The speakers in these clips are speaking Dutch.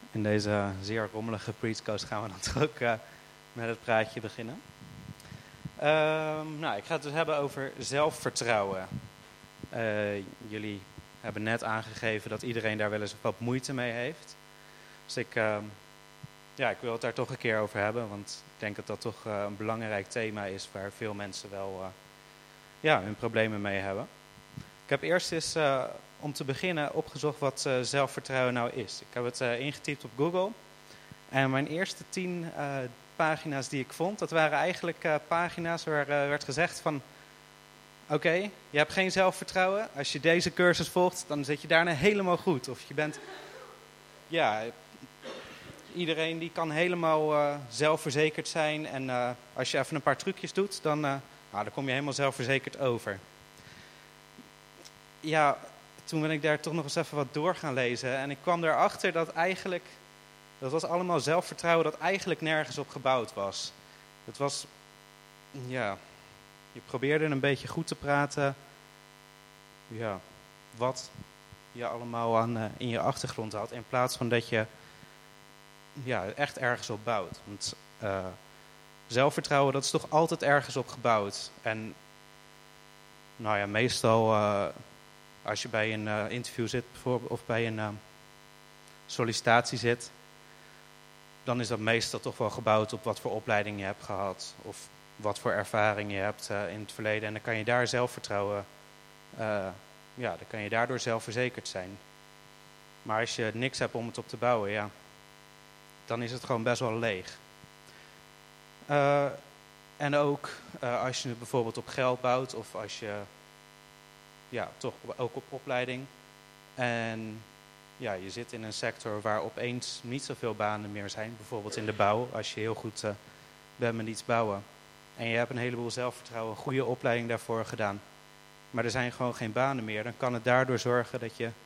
In deze zeer rommelige preachcoast gaan we dan toch ook met het praatje beginnen. Ik ga het dus hebben over zelfvertrouwen. Jullie hebben net aangegeven dat iedereen daar wel eens wat moeite mee heeft. Dus ik wil het daar toch een keer over hebben. Want ik denk dat dat toch een belangrijk thema is waar veel mensen wel hun problemen mee hebben. Ik heb eerst eens om te beginnen opgezocht wat zelfvertrouwen nou is. Ik heb het ingetypt op Google. En mijn eerste 10 pagina's die ik vond, dat waren eigenlijk pagina's waar werd gezegd van... Oké, je hebt geen zelfvertrouwen. Als je deze cursus volgt, dan zit je daarna helemaal goed. Of je bent... Ja, iedereen die kan helemaal zelfverzekerd zijn. En als je even een paar trucjes doet, dan kom je helemaal zelfverzekerd over. Ja, toen ben ik daar toch nog eens even wat door gaan lezen. En ik kwam erachter dat eigenlijk... Dat was allemaal zelfvertrouwen dat eigenlijk nergens op gebouwd was. Het was... Ja... Je probeerde een beetje goed te praten. Ja, wat je allemaal in je achtergrond had. In plaats van dat je echt ergens op bouwt. Want zelfvertrouwen, dat is toch altijd ergens op gebouwd. En meestal als je bij een interview zit bijvoorbeeld, of bij een sollicitatie zit, dan is dat meestal toch wel gebouwd op wat voor opleiding je hebt gehad. Of wat voor ervaring je hebt in het verleden. En dan kan je daar zelfvertrouwen... dan kan je daardoor zelfverzekerd zijn. Maar als je niks hebt om het op te bouwen, dan is het gewoon best wel leeg. En ook als je het bijvoorbeeld op geld bouwt, of als je... toch ook op opleiding. En je zit in een sector waar opeens niet zoveel banen meer zijn. Bijvoorbeeld in de bouw, als je heel goed bent met iets bouwen. En je hebt een heleboel zelfvertrouwen, een goede opleiding daarvoor gedaan. Maar er zijn gewoon geen banen meer. Dan kan het daardoor zorgen dat je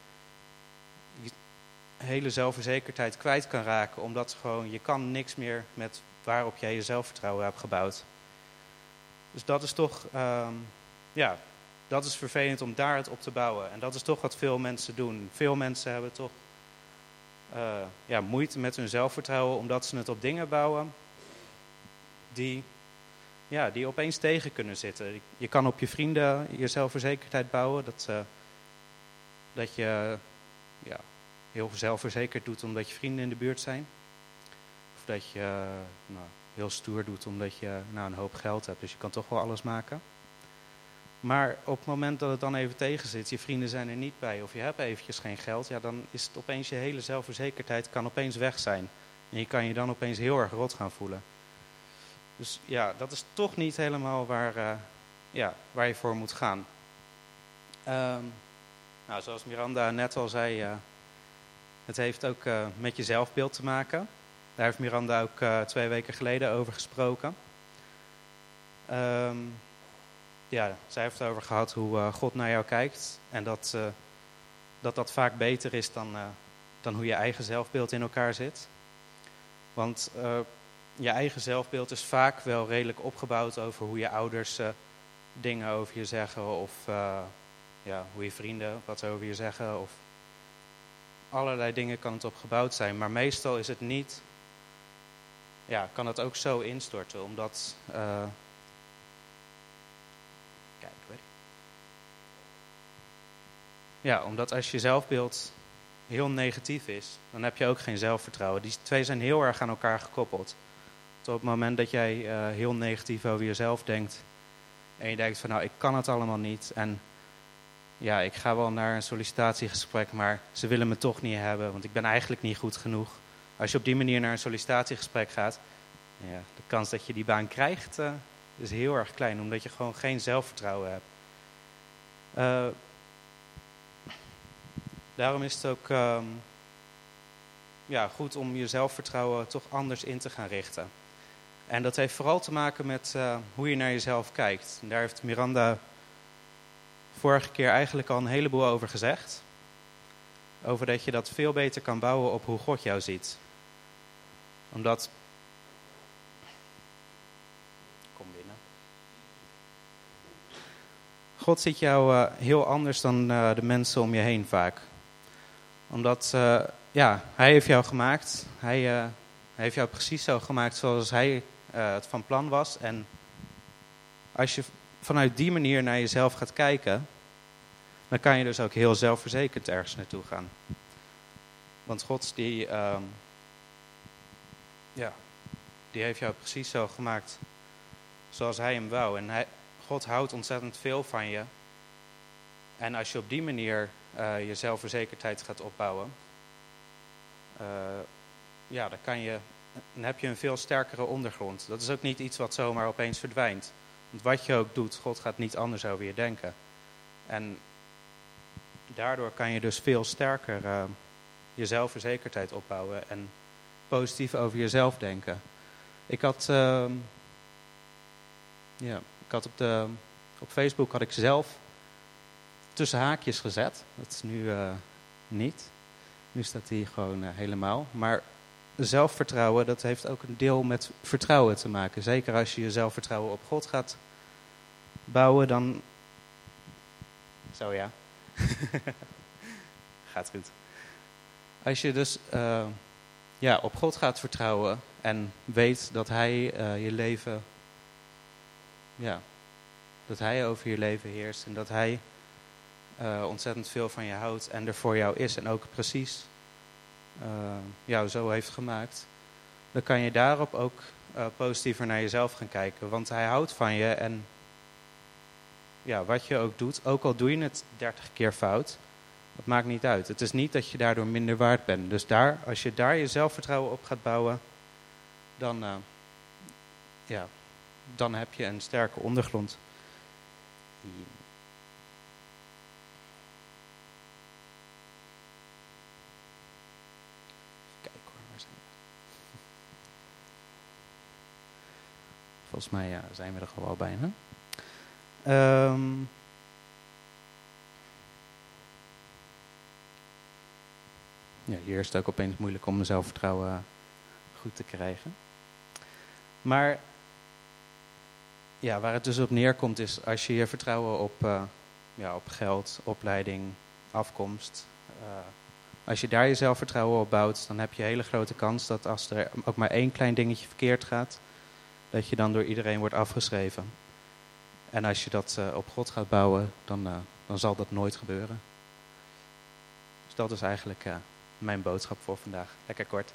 hele zelfverzekerdheid kwijt kan raken. Omdat je kan niks meer met waarop jij je zelfvertrouwen hebt gebouwd. Dus dat is toch, dat is vervelend om daar het op te bouwen. En dat is toch wat veel mensen doen. Veel mensen hebben toch moeite met hun zelfvertrouwen omdat ze het op dingen bouwen die opeens tegen kunnen zitten. Je kan op je vrienden je zelfverzekerdheid bouwen. Dat je heel zelfverzekerd doet omdat je vrienden in de buurt zijn. Of dat je heel stoer doet omdat je een hoop geld hebt. Dus je kan toch wel alles maken. Maar op het moment dat het dan even tegen zit, je vrienden zijn er niet bij, of je hebt eventjes geen geld, dan is het opeens je hele zelfverzekerdheid kan opeens weg zijn. En je kan je dan opeens heel erg rot gaan voelen. Dus dat is toch niet helemaal waar je voor moet gaan. Zoals Miranda net al zei, het heeft ook met je zelfbeeld te maken. Daar heeft Miranda ook 2 weken geleden over gesproken. Zij heeft het over gehad hoe God naar jou kijkt. En dat vaak beter is dan hoe je eigen zelfbeeld in elkaar zit. Want je eigen zelfbeeld is vaak wel redelijk opgebouwd over hoe je ouders dingen over je zeggen. Of hoe je vrienden wat over je zeggen. Of allerlei dingen kan het op gebouwd zijn. Maar meestal is het niet... kan het ook zo instorten. Omdat... omdat als je zelfbeeld heel negatief is, dan heb je ook geen zelfvertrouwen. Die 2 zijn heel erg aan elkaar gekoppeld. Tot op het moment dat jij heel negatief over jezelf denkt en je denkt van ik kan het allemaal niet en ik ga wel naar een sollicitatiegesprek, maar ze willen me toch niet hebben, want ik ben eigenlijk niet goed genoeg. Als je op die manier naar een sollicitatiegesprek gaat, de kans dat je die baan krijgt is heel erg klein, omdat je gewoon geen zelfvertrouwen hebt. Daarom is het ook goed om je zelfvertrouwen toch anders in te gaan richten. En dat heeft vooral te maken met hoe je naar jezelf kijkt. En daar heeft Miranda vorige keer eigenlijk al een heleboel over gezegd. Over dat je dat veel beter kan bouwen op hoe God jou ziet. Omdat... Kom binnen. God ziet jou heel anders dan de mensen om je heen vaak. Omdat, hij heeft jou gemaakt. Hij heeft jou precies zo gemaakt zoals hij het van plan was. En als je vanuit die manier naar jezelf gaat kijken, dan kan je dus ook heel zelfverzekerd ergens naartoe gaan. Want God, die heeft jou precies zo gemaakt zoals hij hem wou. En God houdt ontzettend veel van je. En als je op die manier je zelfverzekerdheid gaat opbouwen, dan heb je een veel sterkere ondergrond. Dat is ook niet iets wat zomaar opeens verdwijnt. Want wat je ook doet, God gaat niet anders over je denken. En daardoor kan je dus veel sterker je zelfverzekerdheid opbouwen en positief over jezelf denken. Ik had op Facebook had ik zelf tussen haakjes gezet. Dat is nu niet. Nu staat die gewoon helemaal. Maar zelfvertrouwen, dat heeft ook een deel met vertrouwen te maken. Zeker als je je zelfvertrouwen op God gaat bouwen, dan... Zo ja. Gaat goed. Als je dus op God gaat vertrouwen en weet dat hij je leven... dat hij over je leven heerst en dat hij ontzettend veel van je houdt en er voor jou is en ook precies jou zo heeft gemaakt, dan kan je daarop ook positiever naar jezelf gaan kijken. Want hij houdt van je en wat je ook doet, ook al doe je het 30 keer fout, dat maakt niet uit. Het is niet dat je daardoor minder waard bent. Dus als je daar je zelfvertrouwen op gaat bouwen, dan heb je een sterke ondergrond. Volgens mij zijn we er gewoon wel bijna. Hier is het ook opeens moeilijk om mijn zelfvertrouwen goed te krijgen. Maar waar het dus op neerkomt is, als je je vertrouwen op geld, opleiding, afkomst, als je daar je zelfvertrouwen op bouwt, dan heb je een hele grote kans dat als er ook maar één klein dingetje verkeerd gaat, dat je dan door iedereen wordt afgeschreven. En als je dat op God gaat bouwen, dan zal dat nooit gebeuren. Dus dat is eigenlijk mijn boodschap voor vandaag. Lekker kort.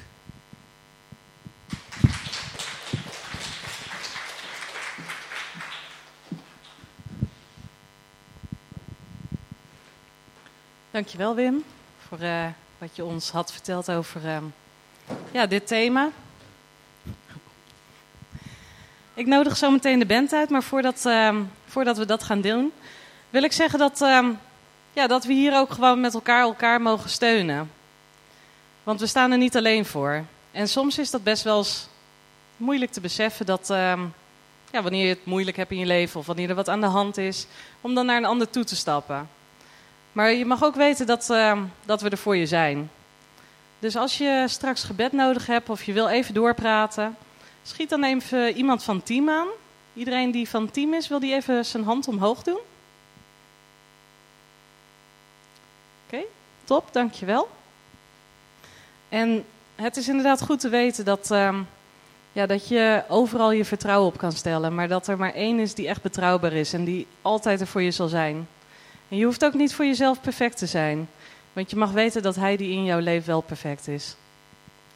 Dankjewel Wim voor wat je ons had verteld over dit thema. Ik nodig zo meteen de band uit, maar voordat we dat gaan doen, wil ik zeggen dat we hier ook gewoon met elkaar mogen steunen. Want we staan er niet alleen voor. En soms is dat best wel eens moeilijk te beseffen dat wanneer je het moeilijk hebt in je leven of wanneer er wat aan de hand is, om dan naar een ander toe te stappen. Maar je mag ook weten dat we er voor je zijn. Dus als je straks gebed nodig hebt of je wil even doorpraten, schiet dan even iemand van het team aan. Iedereen die van het team is, wil die even zijn hand omhoog doen? Oké, top, dankjewel. En het is inderdaad goed te weten dat je overal je vertrouwen op kan stellen. Maar dat er maar één is die echt betrouwbaar is en die altijd er voor je zal zijn. En je hoeft ook niet voor jezelf perfect te zijn. Want je mag weten dat hij die in jouw leven wel perfect is.